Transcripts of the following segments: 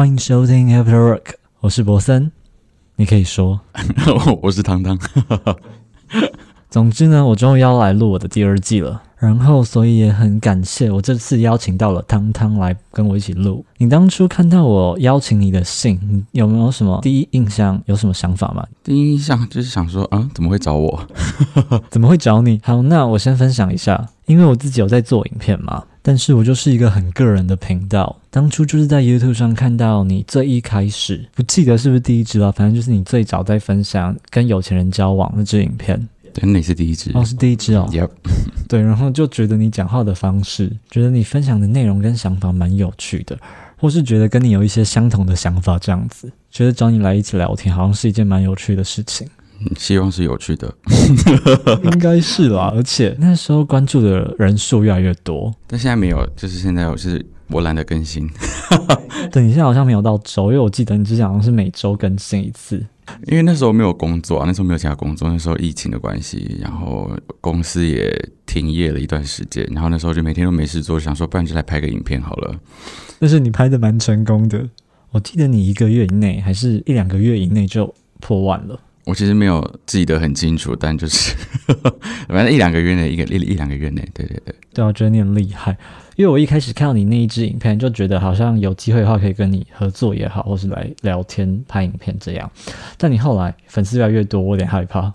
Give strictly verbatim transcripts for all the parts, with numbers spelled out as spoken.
欢迎收听 After Work， 我是博森，你可以说我是汤汤。 总之呢，我终于要来录我的第二季了，然后所以也很感谢我这次邀请到了汤汤来跟我一起录。你当初看到我邀请你的信，你有没有什么第一印象，有什么想法吗？ 第一印象就是想说啊，怎么会找我？ 怎么会找你？好，那我先分享一下，因为我自己有在做影片嘛，但是我就是一个很个人的频道。当初就是在 YouTube 上看到你最一开始，不记得是不是第一支了，反正就是你最早在分享跟有钱人交往那支影片。 对，那是第一支。 哦，是第一支哦。 Yep 对，然后就觉得你讲话的方式，觉得你分享的内容跟想法蛮有趣的，或是觉得跟你有一些相同的想法这样子，觉得找你来一起聊天好像是一件蛮有趣的事情。 嗯，希望是有趣的。 应该是啦，而且那时候关注的人数越来越多。 但现在没有，就是现在我是我懒得更新。 对，你现在好像没有到周，因为我记得你之前好像是每周更新一次。 因为那时候没有工作啊，那时候没有其他工作，那时候疫情的关系，然后公司也停业了一段时间，然后那时候就每天都没事做，想说不然就来拍个影片好了。 但是你拍的蛮成功的，我记得你一个月以内还是一两个月以内就破万了。 我其实没有记得很清楚，但就是反正一两个月内，一个一一两个月内，对对对。 对啊，我觉得你很厉害，因为我一开始看到你那一支影片，就觉得好像有机会的话可以跟你合作也好，或是来聊天拍影片这样。但你后来粉丝越来越多，我有点害怕。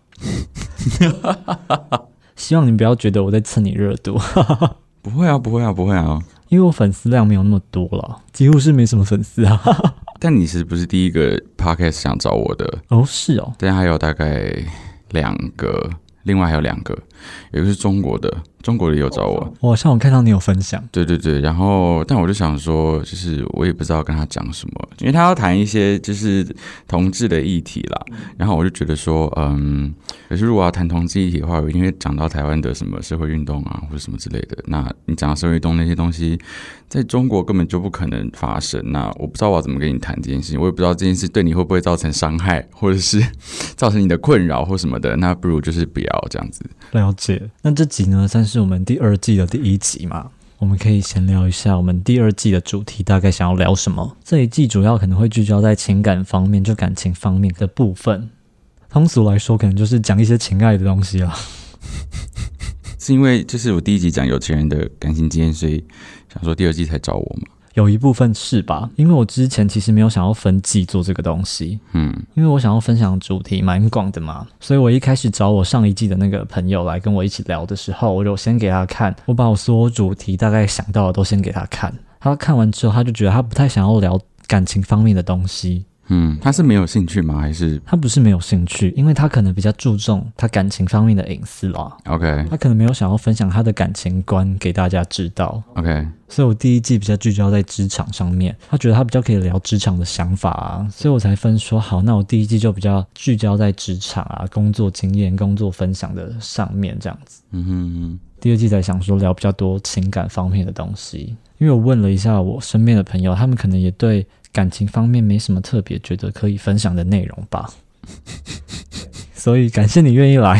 希望你不要觉得我在蹭你热度。 不会啊，不会啊，不会啊。 因为我粉丝量没有那么多了，几乎是没什么粉丝啊。 但你是不是第一个 podcast 想找我的？ 哦，是哦。 但还有大概两个，另外还有两个，有一个是中国的，中国的也有找我。 我好像我看到你有分享。 对对对，然后但我就想说，就是我也不知道跟他讲什么，因为他要谈一些就是同志的议题啦。然后我就觉得说，嗯，可是如果要谈同志议题的话，我一定会讲到台湾的什么社会运动啊，或者什么之类的。那你讲到社会运动那些东西，在中国根本就不可能发生。那我不知道我要怎么跟你谈这件事情，我也不知道这件事对你会不会造成伤害，或者是造成你的困扰或什么的。那不如就是不要这样子。 了解。那这集呢，算是我们第二季的第一集嘛，我们可以闲聊一下我们第二季的主题大概想要聊什么。这一季主要可能会聚焦在情感方面，就感情方面的部分。通俗来说，可能就是讲一些情爱的东西啦。 是因为就是我第一集讲有钱人的感情经验，所以想说第二季才找我嘛。 有一部分是吧，因为我之前其实没有想要分季做这个东西，嗯，因为我想要分享的主题蛮广的嘛，所以我一开始找我上一季的那个朋友来跟我一起聊的时候，我就先给他看，我把我所有主题大概想到的都先给他看，他看完之后他就觉得他不太想要聊感情方面的东西。 嗯，他是没有兴趣吗？还是他不是没有兴趣，因为他可能比较注重他感情方面的隐私啦。 OK， 他可能没有想要分享他的感情观给大家知道。 OK， 所以我第一季比较聚焦在职场上面，他觉得他比较可以聊职场的想法啊，所以我才分说好，那我第一季就比较聚焦在职场啊、工作经验、工作分享的上面这样子。嗯哼哼，第二季才想说聊比较多情感方面的东西，因为我问了一下我身边的朋友，他们可能也对感情方面没什么特别觉得可以分享的内容吧。所以感谢你愿意来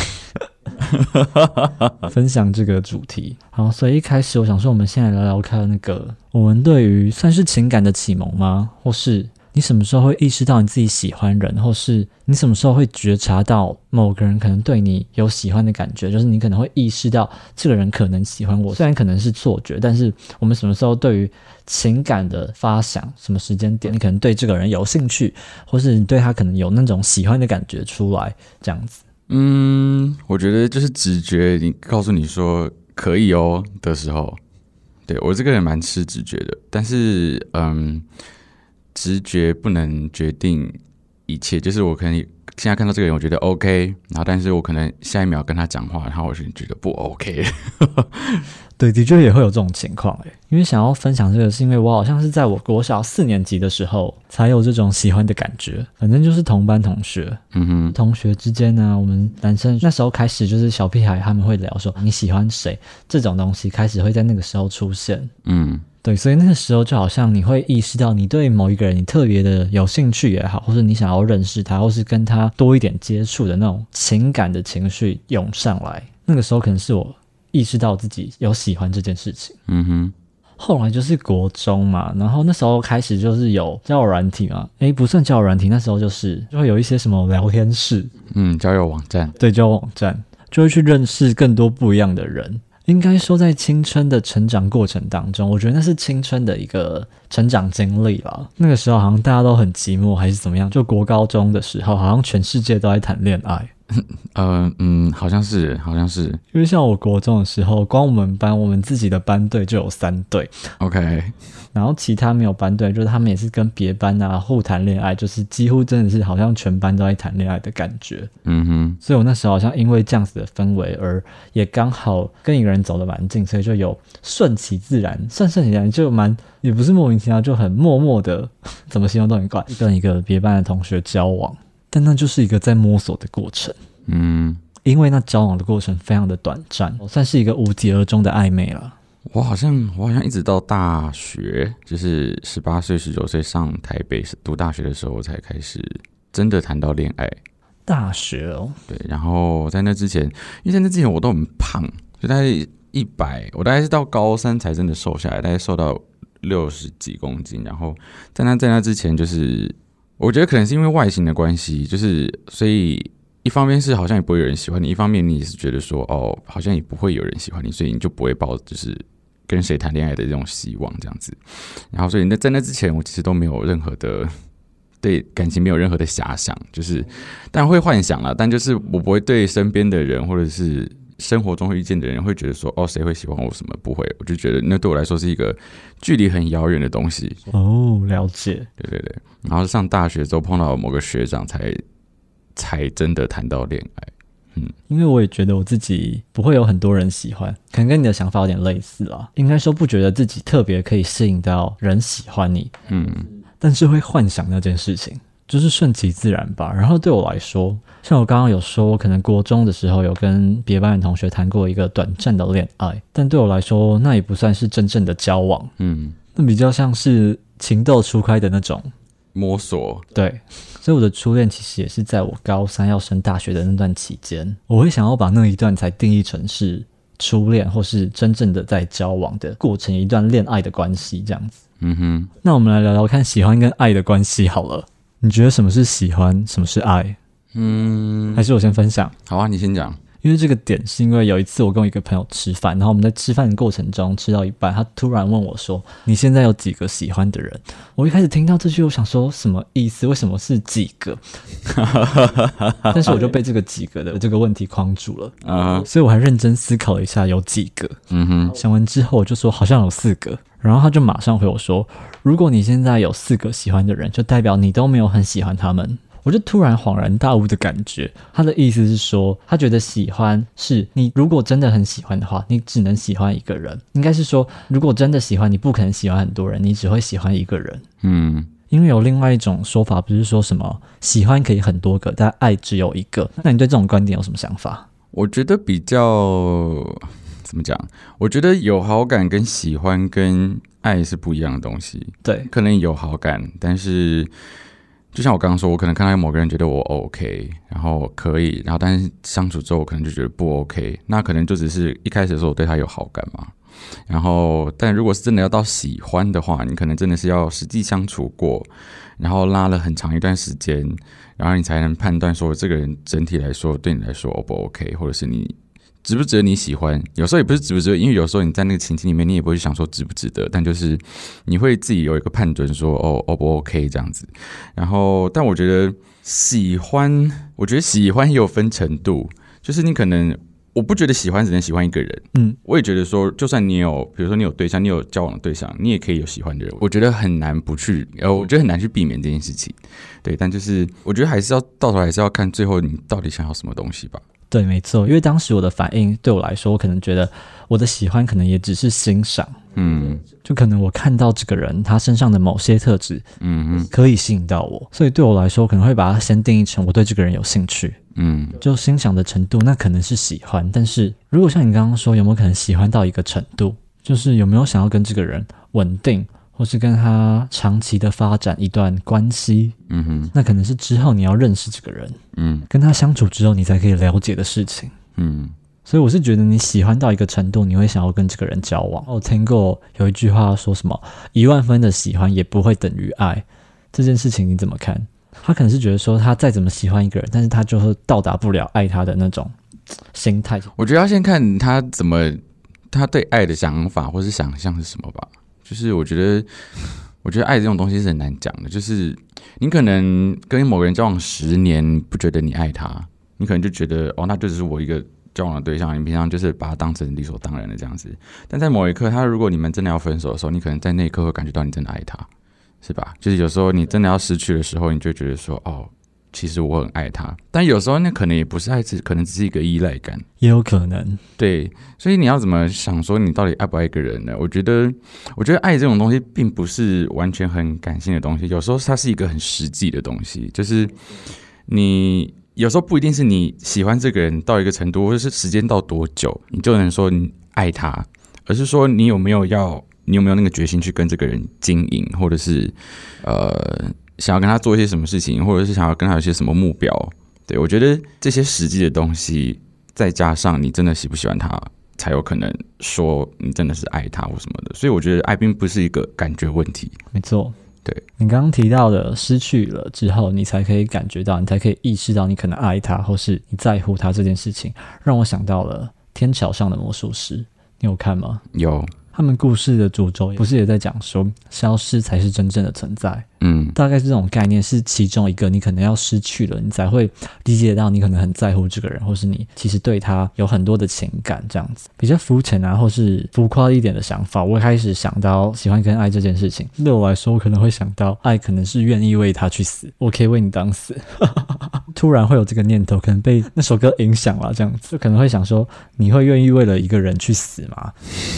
分享这个主题。好，所以一开始我想说，我们先来聊聊看那个我们对于算是情感的启蒙吗？或是你什么时候会意识到你自己喜欢人，或是你什么时候会觉察到某个人可能对你有喜欢的感觉，就是你可能会意识到这个人可能喜欢我，虽然可能是错觉，但是我们什么时候对于情感的发想，什么时间点你可能对这个人有兴趣，或是你对他可能有那种喜欢的感觉出来这样子。 嗯，我觉得就是直觉，你告诉你说可以哦的时候，对，我这个人蛮吃直觉的，但是嗯，直觉不能决定一切，就是我可能现在看到这个人我觉得 OK， 然后但是我可能下一秒跟他讲话，然后我就觉得不 OK。 对，的确也会有这种情况诶，因为想要分享这个是因为我好像是在我国小四年级的时候才有这种喜欢的感觉，反正就是同班同学，嗯哼，同学之间呢，我们男生那时候开始就是小屁孩他们会聊说你喜欢谁，这种东西开始会在那个时候出现，嗯。对，所以那个时候就好像你会意识到你对某一个人你特别的有兴趣也好，或是你想要认识他，或是跟他多一点接触的那种情感的情绪涌上来，那个时候可能是我意识到自己有喜欢这件事情。嗯哼。 后来就是国中嘛，然后那时候开始就是有交友软体嘛，诶不算交友软体，那时候就是就会有一些什么聊天室， 嗯，交友网站， 对，交友网站就会去认识更多不一样的人。应该说在青春的成长过程当中，我觉得那是青春的一个成长经历啦。那个时候好像大家都很寂寞还是怎么样，就国高中的时候好像全世界都在谈恋爱。 呃嗯，好像是好像是， 因为像我国中的时候，光我们班我们自己的班队就有三队 OK， 然后其他没有班队，就是他们也是跟别班啊互谈恋爱，就是几乎真的是好像全班都在谈恋爱的感觉。 嗯哼， 所以我那时候好像因为这样子的氛围，而也刚好跟一个人走得蛮近，所以就有顺其自然，算顺其自然就蛮也不是莫名其妙，就很默默的怎么形容都很怪，跟一个别班的同学交往。但那就是一个在摸索的过程， 嗯， 因为那交往的过程非常的短暂，算是一个无疾而终的暧昧了。 我好像我好像一直到大学，就是十八岁、十九岁上台北读大学的时候，我才开始真的谈到恋爱。 大学哦， 对，然后在那之前，因为在那之前我都很胖，就大概一百，我大概是到高三才真的瘦下来，大概瘦到六十几公斤。然后在那在那之前，就是我觉得可能是因为外形的关系，就是所以一方面是好像也不会有人喜欢你，一方面你也是觉得说哦，好像也不会有人喜欢你，所以你就不会抱就是跟谁谈恋爱的这种希望这样子。然后所以那在那之前，我其实都没有任何的对感情没有任何的遐想，就是当然会幻想啦，但就是我不会对身边的人或者是生活中会遇见的人会觉得说哦谁会喜欢我什么，不会，我就觉得那对我来说是一个距离很遥远的东西。 哦，了解。 对对对，然后上大学之后碰到某个学长才才真的谈到恋爱。嗯， 因为我也觉得我自己不会有很多人喜欢，可能跟你的想法有点类似啦。应该说不觉得自己特别可以吸引到人喜欢你， 嗯， 但是会幻想那件事情，就是顺其自然吧。然后对我来说，像我刚刚有说，我可能国中的时候有跟别班的同学谈过一个短暂的恋爱，但对我来说，那也不算是真正的交往， 嗯， 那比较像是情窦初开的那种摸索。 对，所以我的初恋其实也是在我高三要升大学的那段期间，我会想要把那一段才定义成是初恋或是真正的在交往的过程，一段恋爱的关系这样子。 嗯哼， 那我们来聊聊看喜欢跟爱的关系好了。你觉得什么是喜欢，什么是爱？ 嗯， 还是我先分享？ 好啊，你先讲。 因为这个点是因为有一次我跟我一个朋友吃饭，然后我们在吃饭的过程中吃到一半，他突然问我说你现在有几个喜欢的人？我一开始听到这句我想说什么意思，为什么是几个？但是我就被这个几个的这个问题框住了、uh-huh. 所以我还认真思考了一下有几个、uh-huh. 想完之后我就说好像有四个，然后他就马上回我说如果你现在有四个喜欢的人，就代表你都没有很喜欢他们。我就突然恍然大悟的感觉，他的意思是说他觉得喜欢是你如果真的很喜欢的话，你只能喜欢一个人，应该是说如果真的喜欢，你不可能喜欢很多人，你只会喜欢一个人。嗯，因为有另外一种说法，不是说什么喜欢可以很多个，但爱只有一个。那你对这种观点有什么想法？ 我觉得比较怎么讲，我觉得有好感跟喜欢跟爱是不一样的东西。 对， 可能有好感，但是就像我刚刚说，我可能看到某个人觉得我 OK， 然后可以，然后但是相处之后我可能就觉得不 OK， 那可能就只是一开始的时候我对他有好感嘛。然后但如果是真的要到喜欢的话，你可能真的是要实际相处过，然后拉了很长一段时间，然后你才能判断说这个人整体来说对你来说 O 不 OK， 或者是你值不值得你喜欢。有时候也不是值不值得，因为有时候你在那个情境里面你也不会想说值不值得，但就是你会自己有一个判断说哦 O 不 OK 这样子。然后但我觉得喜欢，我觉得喜欢也有分程度，就是你可能我不觉得喜欢只能喜欢一个人，嗯，我也觉得说就算你有比如说你有对象，你有交往的对象，你也可以有喜欢的人，我觉得很难不去呃，我觉得很难去避免这件事情。对，但就是我觉得还是要到头还是要看最后你到底想要什么东西吧。 对，没错，因为当时我的反应对我来说，我可能觉得我的喜欢可能也只是欣赏，嗯，就可能我看到这个人他身上的某些特质，嗯，可以吸引到我，所以对我来说，可能会把它先定义成我对这个人有兴趣，嗯，就欣赏的程度，那可能是喜欢。但是如果像你刚刚说，有没有可能喜欢到一个程度，就是有没有想要跟这个人稳定，或是跟他长期的发展一段关系，嗯哼，那可能是之后你要认识这个人，嗯，跟他相处之后你才可以了解的事情，嗯， 所以我是觉得你喜欢到一个程度，你会想要跟这个人交往。我听过有一句话说什么一万分的喜欢也不会等于爱，这件事情你怎么看？他可能是觉得说他再怎么喜欢一个人，但是他就会到达不了爱他的那种心态。 我觉得要先看他怎么他对爱的想法或是想象是什么吧。就是我觉得我觉得爱这种东西是很难讲的，就是你可能跟某个人交往十年不觉得你爱他，你可能就觉得哦那就只是我一个交往的对象，你平常就是把他当成理所当然的这样子。但在某一刻，他如果你们真的要分手的时候，你可能在那一刻会感觉到你真的爱他，是吧？就是有时候你真的要失去的时候，你就觉得说，哦，其实我很爱他。但有时候那可能也不是爱，可能只是一个依赖感， 也有可能。 对，所以你要怎么想说你到底爱不爱一个人呢？我觉得，我觉得爱这种东西并不是完全很感性的东西，有时候它是一个很实际的东西，就是你。有时候不一定是你喜欢这个人到一个程度，或者是时间到多久，你就能说你爱他，而是说你有没有要，你有没有那个决心去跟这个人经营，或者是呃想要跟他做一些什么事情，或者是想要跟他有些什么目标。对，我觉得这些实际的东西，再加上你真的喜不喜欢他，才有可能说你真的是爱他或什么的。所以我觉得爱并不是一个感觉问题。 没错。 对， 你刚刚提到的失去了之后，你才可以感觉到，你才可以意识到你可能爱他或是你在乎他这件事情，让我想到了天桥上的魔术师，你有看吗？ 有。 他们故事的主轴不是也在讲说消失才是真正的存在， 嗯， 大概是这种概念，是其中一个你可能要失去了，你才会理解到你可能很在乎这个人，或是你其实对他有很多的情感，这样子比较肤浅啊或是浮夸一点的想法。我开始想到喜欢跟爱这件事情，对我来说我可能会想到爱可能是愿意为他去死，我可以为你当死突然会有这个念头，可能被那首歌影响了，这样子就可能会想说你会愿意为了一个人去死吗？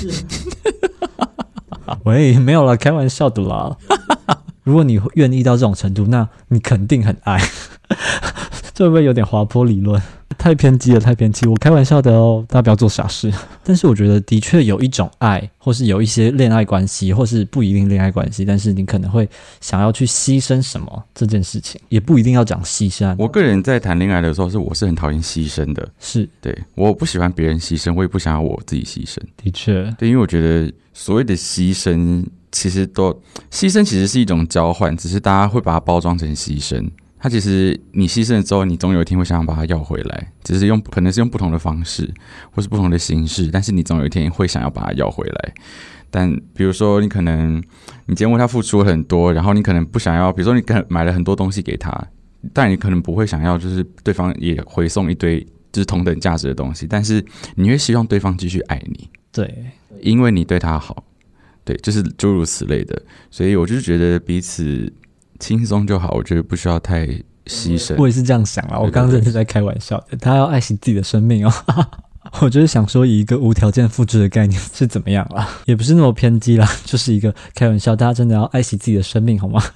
喂，没有啦，开玩笑的啦如果你愿意到这种程度，那你肯定很爱这会不会有点滑坡理论？太偏激了，太偏激！我开玩笑的哦，大家不要做傻事。但是我觉得的确有一种爱，或是有一些恋爱关系，或是不一定恋爱关系，但是你可能会想要去牺牲什么这件事情，也不一定要讲牺牲。 我个人在谈恋爱的时候，是我是很讨厌牺牲的， 是对，我不喜欢别人牺牲，我也不想要我自己牺牲。 的确， 对，因为我觉得所谓的牺牲，其实都牺牲其实是一种交换，只是大家会把它包装成牺牲。它其实你牺牲了之后，你总有一天会想要把它要回来，只是用可能是用不同的方式，或是不同的形式，但是你总有一天会想要把它要回来。但比如说，你可能你今天为他付出了很多，然后你可能不想要，比如说你可能买了很多东西给他，但你可能不会想要，就是对方也回送一堆就是同等价值的东西，但是你会希望对方继续爱你， 对， 因为你对他好，对，就是诸如此类的。所以我就是觉得彼此轻松就好，我觉得不需要太牺牲。 我也是这样想啦，我刚刚真的是在开玩笑的，他要爱惜自己的生命哦。我就是想说，以一个无条件复制的概念是怎么样啦，也不是那么偏激啦，就是一个开玩笑，大家真的要爱惜自己的生命，好吗？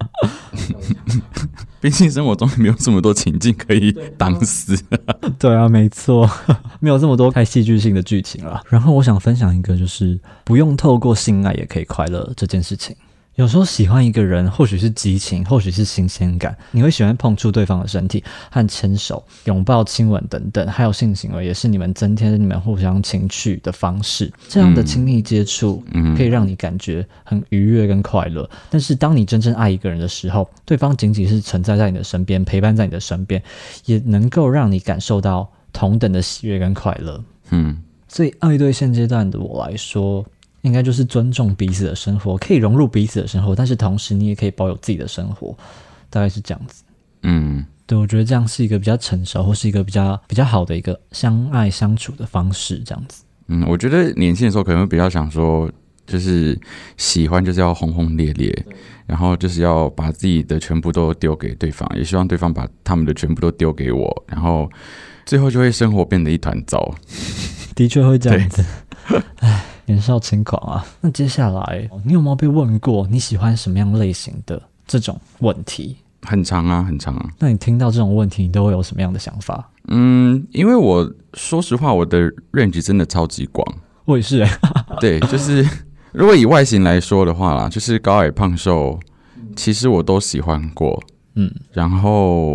毕竟生活中没有这么多情境可以当死。 对啊，没错，没有这么多太戏剧性的剧情啦。然后我想分享一个，就是不用透过性爱也可以快乐这件事情。有时候喜欢一个人，或许是激情，或许是新鲜感，你会喜欢碰触对方的身体和牵手、拥抱、亲吻等等，还有性行为也是你们增添你们互相情趣的方式。这样的亲密接触可以让你感觉很愉悦跟快乐，但是当你真正爱一个人的时候，对方仅仅是存在在你的身边，陪伴在你的身边，也能够让你感受到同等的喜悦跟快乐。嗯，所以爱对现阶段的我来说，应该就是尊重彼此的生活，可以融入彼此的生活，但是同时你也可以保有自己的生活，大概是这样子。嗯，对，我觉得这样是一个比较成熟，或是一个比较比较好的一个相爱相处的方式，这样子。嗯， 我觉得年轻的时候可能会比较想说，就是喜欢就是要轰轰烈烈，然后就是要把自己的全部都丢给对方，也希望对方把他们的全部都丢给我，然后最后就会生活变得一团糟。 的确会这样子。唉，年少轻狂啊。那接下来你有没有被问过你喜欢什么样类型的这种问题？ 很长啊，很长啊。 那你听到这种问题，你都会有什么样的想法？ 嗯，因为我说实话，我的 range 真的超级广。 我也是、欸、 对，就是如果以外形来说的话啦，就是高矮胖瘦，其实我都喜欢过。嗯，然后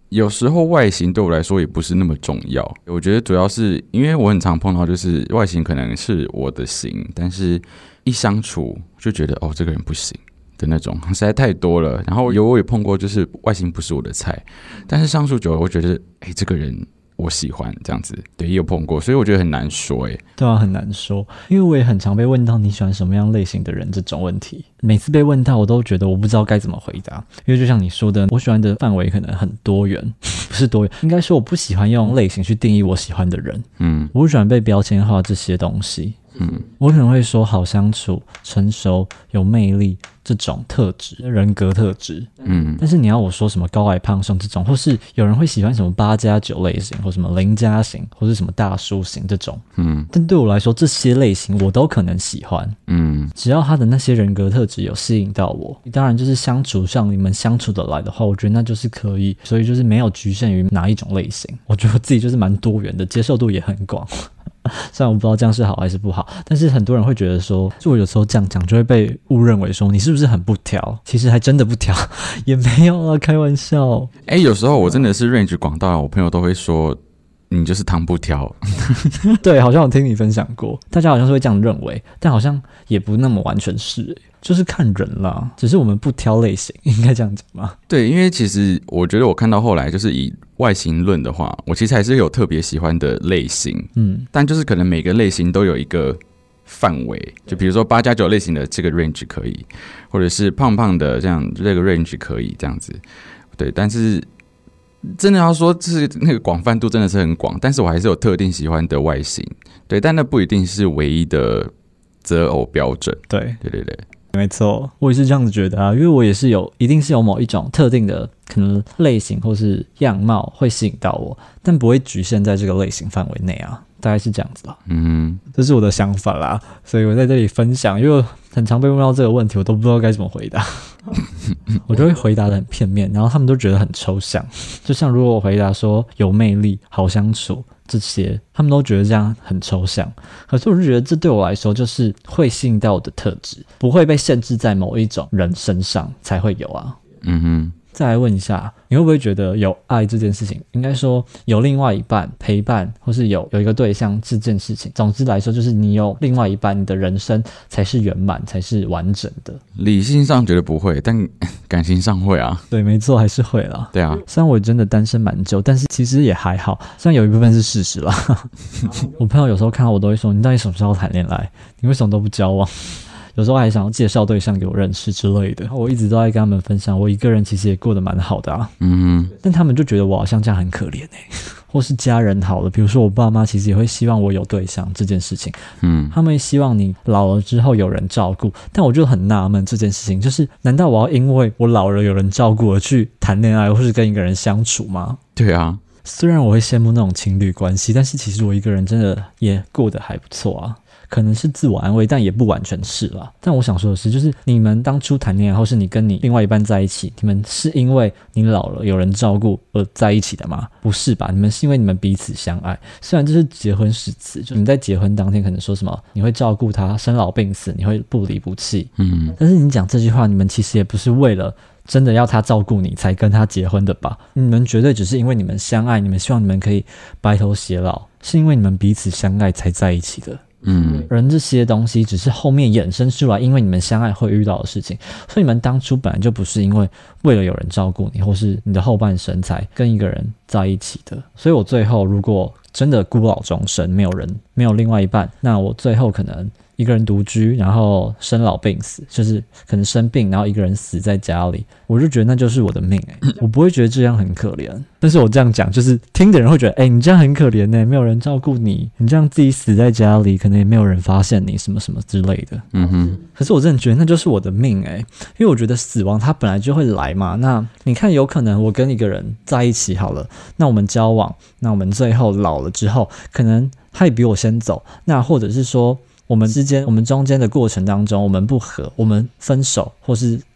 有时候外形对我来说也不是那么重要，我觉得主要是因为我很常碰到，就是外形可能是我的型，但是一相处就觉得哦这个人不行的那种，实在太多了。然后有我也碰过，就是外形不是我的菜，但是相处久了，我觉得哎这个人我喜欢这样子，对，也有碰过，所以我觉得很难说哎。 对啊，很难说，因为我也很常被问到你喜欢什么样类型的人这种问题，每次被问到我都觉得我不知道该怎么回答，因为就像你说的，我喜欢的范围可能很多元，不是多元，应该说我不喜欢用类型去定义我喜欢的人，嗯，我不喜欢被标签化这些东西。嗯，我可能会说好相处、成熟、有魅力这种特质、人格特质。嗯，但是你要我说什么高矮胖瘦这种，或是有人会喜欢什么八加九类型，或什么零加型，或是什么大叔型这种。嗯，但对我来说，这些类型我都可能喜欢。嗯，只要他的那些人格特质有吸引到我，当然就是相处上你们相处得来的话，我觉得那就是可以。所以就是没有局限于哪一种类型，我觉得我自己就是蛮多元的，接受度也很广。虽然我不知道这样是好还是不好，但是很多人会觉得说，就我有时候这样讲就会被误认为说你是不是很不挑，其实还真的不挑，也没有啊，开玩笑。 哎、欸，有时候我真的是 range 广到我朋友都会说你就是汤不挑。 对，好像我听你分享过，大家好像是会这样认为，但好像也不那么完全是、欸，就是看人啦，只是我们不挑类型，应该这样讲吗？ 对，因为其实我觉得我看到后来就是以外形论的话，我其实还是有特别喜欢的类型，嗯，但就是可能每个类型都有一个范围，就比如说八加九类型的这个 range 可以，或者是胖胖的这样这个 range 可以这样子，对，但是真的要说就是那个广泛度真的是很广，但是我还是有特定喜欢的外形，对，但那不一定是唯一的择偶标准， 对， 对对对。 没错，我也是这样子觉得啊，因为我也是有，一定是有某一种特定的可能类型或是样貌会吸引到我，但不会局限在这个类型范围内啊，大概是这样子啦。嗯，这是我的想法啦，所以我在这里分享，因为我很常被问到这个问题，我都不知道该怎么回答，我就会回答得很片面，然后他们都觉得很抽象。就像如果我回答说有魅力、好相处。这些他们都觉得这样很抽象，可是我就觉得这对我来说就是会吸引到我的特质，不会被限制在某一种人身上才会有啊。嗯哼。再来问一下，你会不会觉得有爱这件事情，应该说有另外一半陪伴，或是有有一个对象这件事情，总之来说就是你有另外一半，你的人生才是圆满，才是完整的。 理性上觉得不会，但感情上会啊。 对，没错，还是会啦。 对啊， 虽然我真的单身蛮久，但是其实也还好，虽然有一部分是事实啦。我朋友有时候看到我都会说，你到底什么时候谈恋爱？你为什么都不交往？有时候还想要介绍对象给我认识之类的，我一直都在跟他们分享，我一个人其实也过得蛮好的啊。嗯，但他们就觉得我好像这样很可怜欸，或是家人好了，比如说我爸妈其实也会希望我有对象这件事情，嗯，他们也希望你老了之后有人照顾，但我就很纳闷这件事情，就是难道我要因为我老了有人照顾而去谈恋爱，或是跟一个人相处吗？ 对啊， 虽然我会羡慕那种情侣关系，但是其实我一个人真的也过得还不错啊。可能是自我安慰，但也不完全是啦。但我想说的是，就是你们当初谈恋爱，或是你跟你另外一半在一起，你们是因为你老了有人照顾而在一起的吗？不是吧？你们是因为你们彼此相爱。虽然这是结婚誓词，就你在结婚当天可能说什么你会照顾他生老病死，你会不离不弃，嗯，但是你讲这句话，你们其实也不是为了真的要他照顾你才跟他结婚的吧？你们绝对只是因为你们相爱，你们希望你们可以白头偕老，是因为你们彼此相爱才在一起的。嗯，人这些东西只是后面衍生出来，因为你们相爱会遇到的事情，所以你们当初本来就不是因为为了有人照顾你，或是你的后半生才跟一个人在一起的。所以我最后如果真的孤老终生，没有人，没有另外一半，那我最后可能一个人独居，然后生老病死，就是可能生病，然后一个人死在家里，我就觉得那就是我的命欸，我不会觉得这样很可怜。但是我这样讲，就是听的人会觉得，欸，你这样很可怜欸，没有人照顾你，你这样自己死在家里，可能也没有人发现你什么什么之类的。嗯哼。可是我真的觉得那就是我的命欸，因为我觉得死亡它本来就会来嘛。那你看，有可能我跟一个人在一起好了，那我们交往，那我们最后老了之后，可能他也比我先走，那或者是说我们之间我们中间的过程当中我们不合，我们分手，或是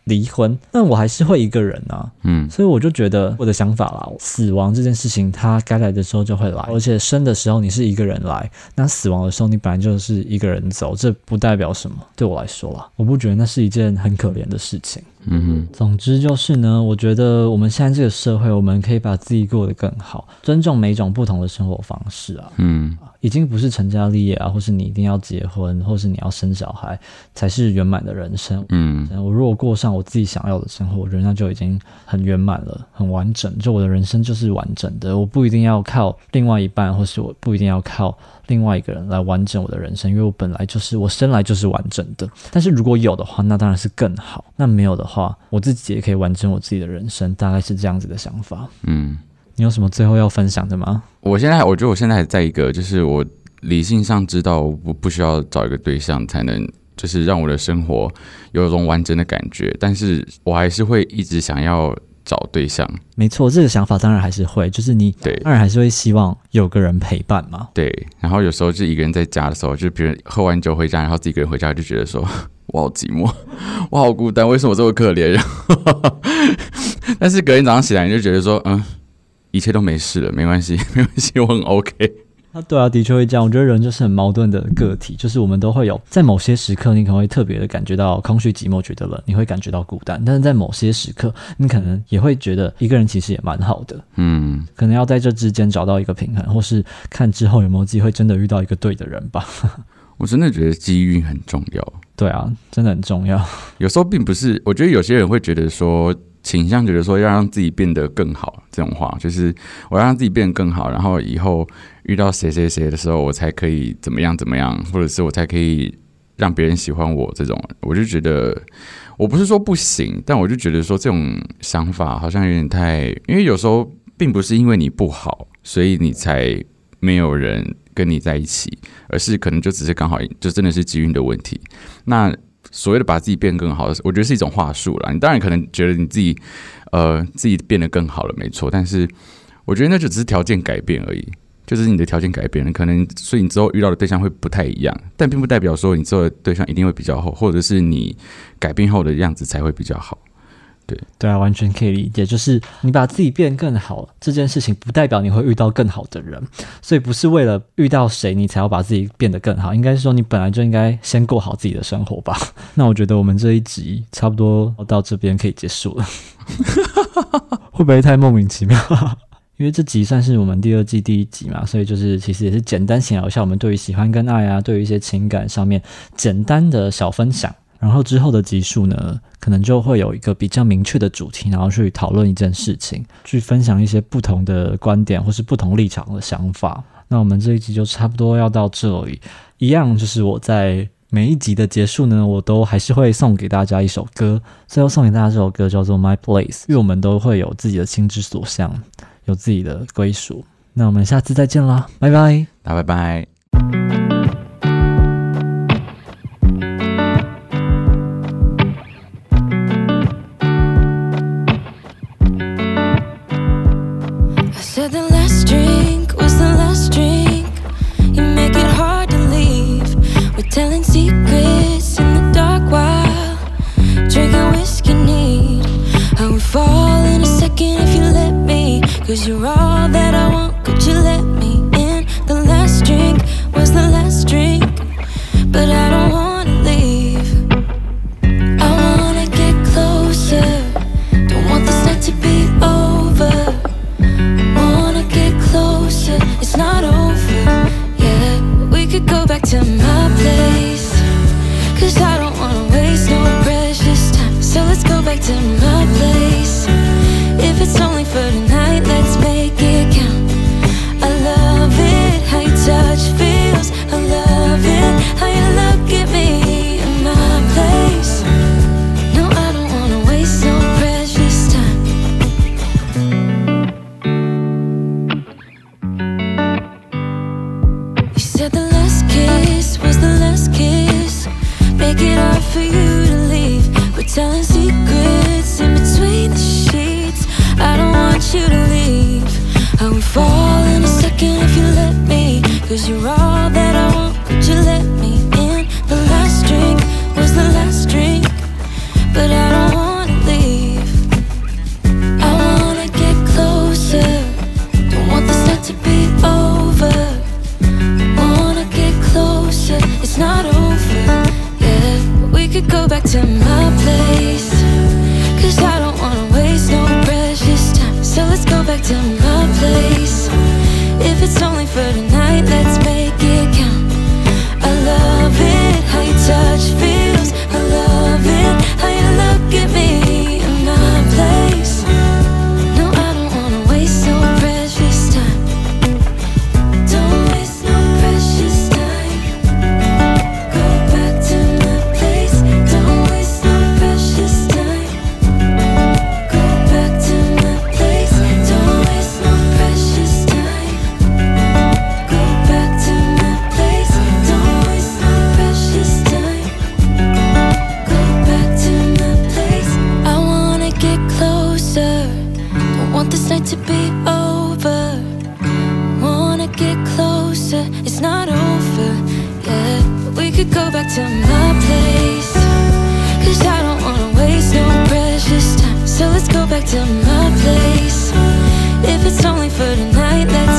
离婚，但我还是会一个人啊，嗯，所以我就觉得我的想法啦，死亡这件事情它该来的时候就会来，而且生的时候你是一个人来，那死亡的时候你本来就是一个人走，这不代表什么，对我来说啦，我不觉得那是一件很可怜的事情。嗯哼，总之就是呢，我觉得我们现在这个社会，我们可以把自己过得更好，尊重每一种不同的生活方式啊。嗯，已经不是成家立业啊，或是你一定要结婚，或是你要生小孩才是圆满的人生。嗯，我如果过上我自己想要的生活，我觉得那就已经很圆满了，很完整。就我的人生就是完整的，我不一定要靠另外一半，或是我不一定要靠另外一个人来完整我的人生，因为我本来就是我生来就是完整的。但是如果有的话，那当然是更好；那没有的话，我自己也可以完整我自己的人生，大概是这样子的想法。嗯，你有什么最后要分享的吗？ 我现在我觉得我现在还在一个，就是我理性上知道我不不需要找一个对象才能，就是让我的生活有一种完整的感觉，但是我还是会一直想要找对象。 没错，这个想法当然还是会，就是你当然还是会希望有个人陪伴嘛。 对，然后有时候就一个人在家的时候，就别人喝完酒回家，然后自己一个人回家，就觉得说我好寂寞，我好孤单，为什么这么可怜？但是隔天早上起来，你就觉得说，嗯，一切都没事了，没关系，没关系，我很 OK。 啊，对啊，的确会这样。我觉得人就是很矛盾的个体，就是我们都会有在某些时刻，你可能会特别的感觉到空虚、寂寞、觉得冷，你会感觉到孤单。但是在某些时刻，你可能也会觉得一个人其实也蛮好的。嗯，可能要在这之间找到一个平衡，或是看之后有没有机会真的遇到一个对的人吧。 我真的觉得机遇很重要。 对啊，真的很重要。 有时候并不是，我觉得有些人会觉得说，倾向觉得说要让自己变得更好，这种话就是我要让自己变得更好，然后以后遇到谁谁谁的时候，我才可以怎么样怎么样，或者是我才可以让别人喜欢我。这种我就觉得，我不是说不行，但我就觉得说这种想法好像有点太，因为有时候并不是因为你不好，所以你才没有人跟你在一起，而是可能就只是刚好就真的是机运的问题。那所谓的把自己变更好，我觉得是一种话术啦。你当然可能觉得你自己，呃，自己变得更好了，没错。但是我觉得那就只是条件改变而已，就是你的条件改变了，可能所以你之后遇到的对象会不太一样，但并不代表说你之后的对象一定会比较好，或者是你改变后的样子才会比较好。对对啊，完全可以理解。就是你把自己变更好这件事情，不代表你会遇到更好的人，所以不是为了遇到谁你才要把自己变得更好，应该是说你本来就应该先过好自己的生活吧。那我觉得我们这一集差不多到这边可以结束了。会不会太莫名其妙？因为这集算是我们第二季第一集嘛，所以就是其实也是简单闲聊一下我们对于喜欢跟爱啊，对于一些情感上面简单的小分享。然后之后的集数呢，可能就会有一个比较明确的主题，然后去讨论一件事情，去分享一些不同的观点或是不同立场的想法。那我们这一集就差不多要到这里，一样就是我在每一集的结束呢，我都还是会送给大家一首歌，最后送给大家这首歌叫做 My Place， 因为我们都会有自己的心之所向，有自己的归属。那我们下次再见啦，拜拜， 大家拜拜。 Said the last drink was the last drink. You make it hard to leave. We're telling secrets in the dark while drinking whiskey neat. I would fall in a second if you let me, 'cause you're all that I want. Could you let me in? The last drink was the last drink, but I don't wanna leave. I wanna get closer, don't want this night to be over. Closer, it's not over yet. We could go back to my place, 'cause I don't wanna waste no precious time. So let's go back to my place. If it's only for tonight, let's make it count. I love it, how your touch feels. I love it, how you look at me in my place. No, I don't wanna waste no precious time. Said the last kiss was the last kiss. Make it hard for you to leave. We're telling secrets in between the sheets. I don't want you to leave. I would fall in a second if you let me, 'cause you're all that I want. Could you let me in? The last drink was the last drink, but I don't want back to my place. If it's only for tonight, let's make it count. I love it, how your touch feels. I love it, how you look at me in my place. No, I don't wanna waste no precious time. Don't waste no precious time. Go back to my place. Don't waste no precious time. Go back to my place. Don't waste no precious time. Go back to my place. Don't waste no precious time. Go back to my place. I wanna get closer. Don't want this night to be over. Wanna get closer. It's not over yet. But we could go back to my place. Cause I don't wanna waste no precious time. So let's go back to my place. If it's only for tonight, let's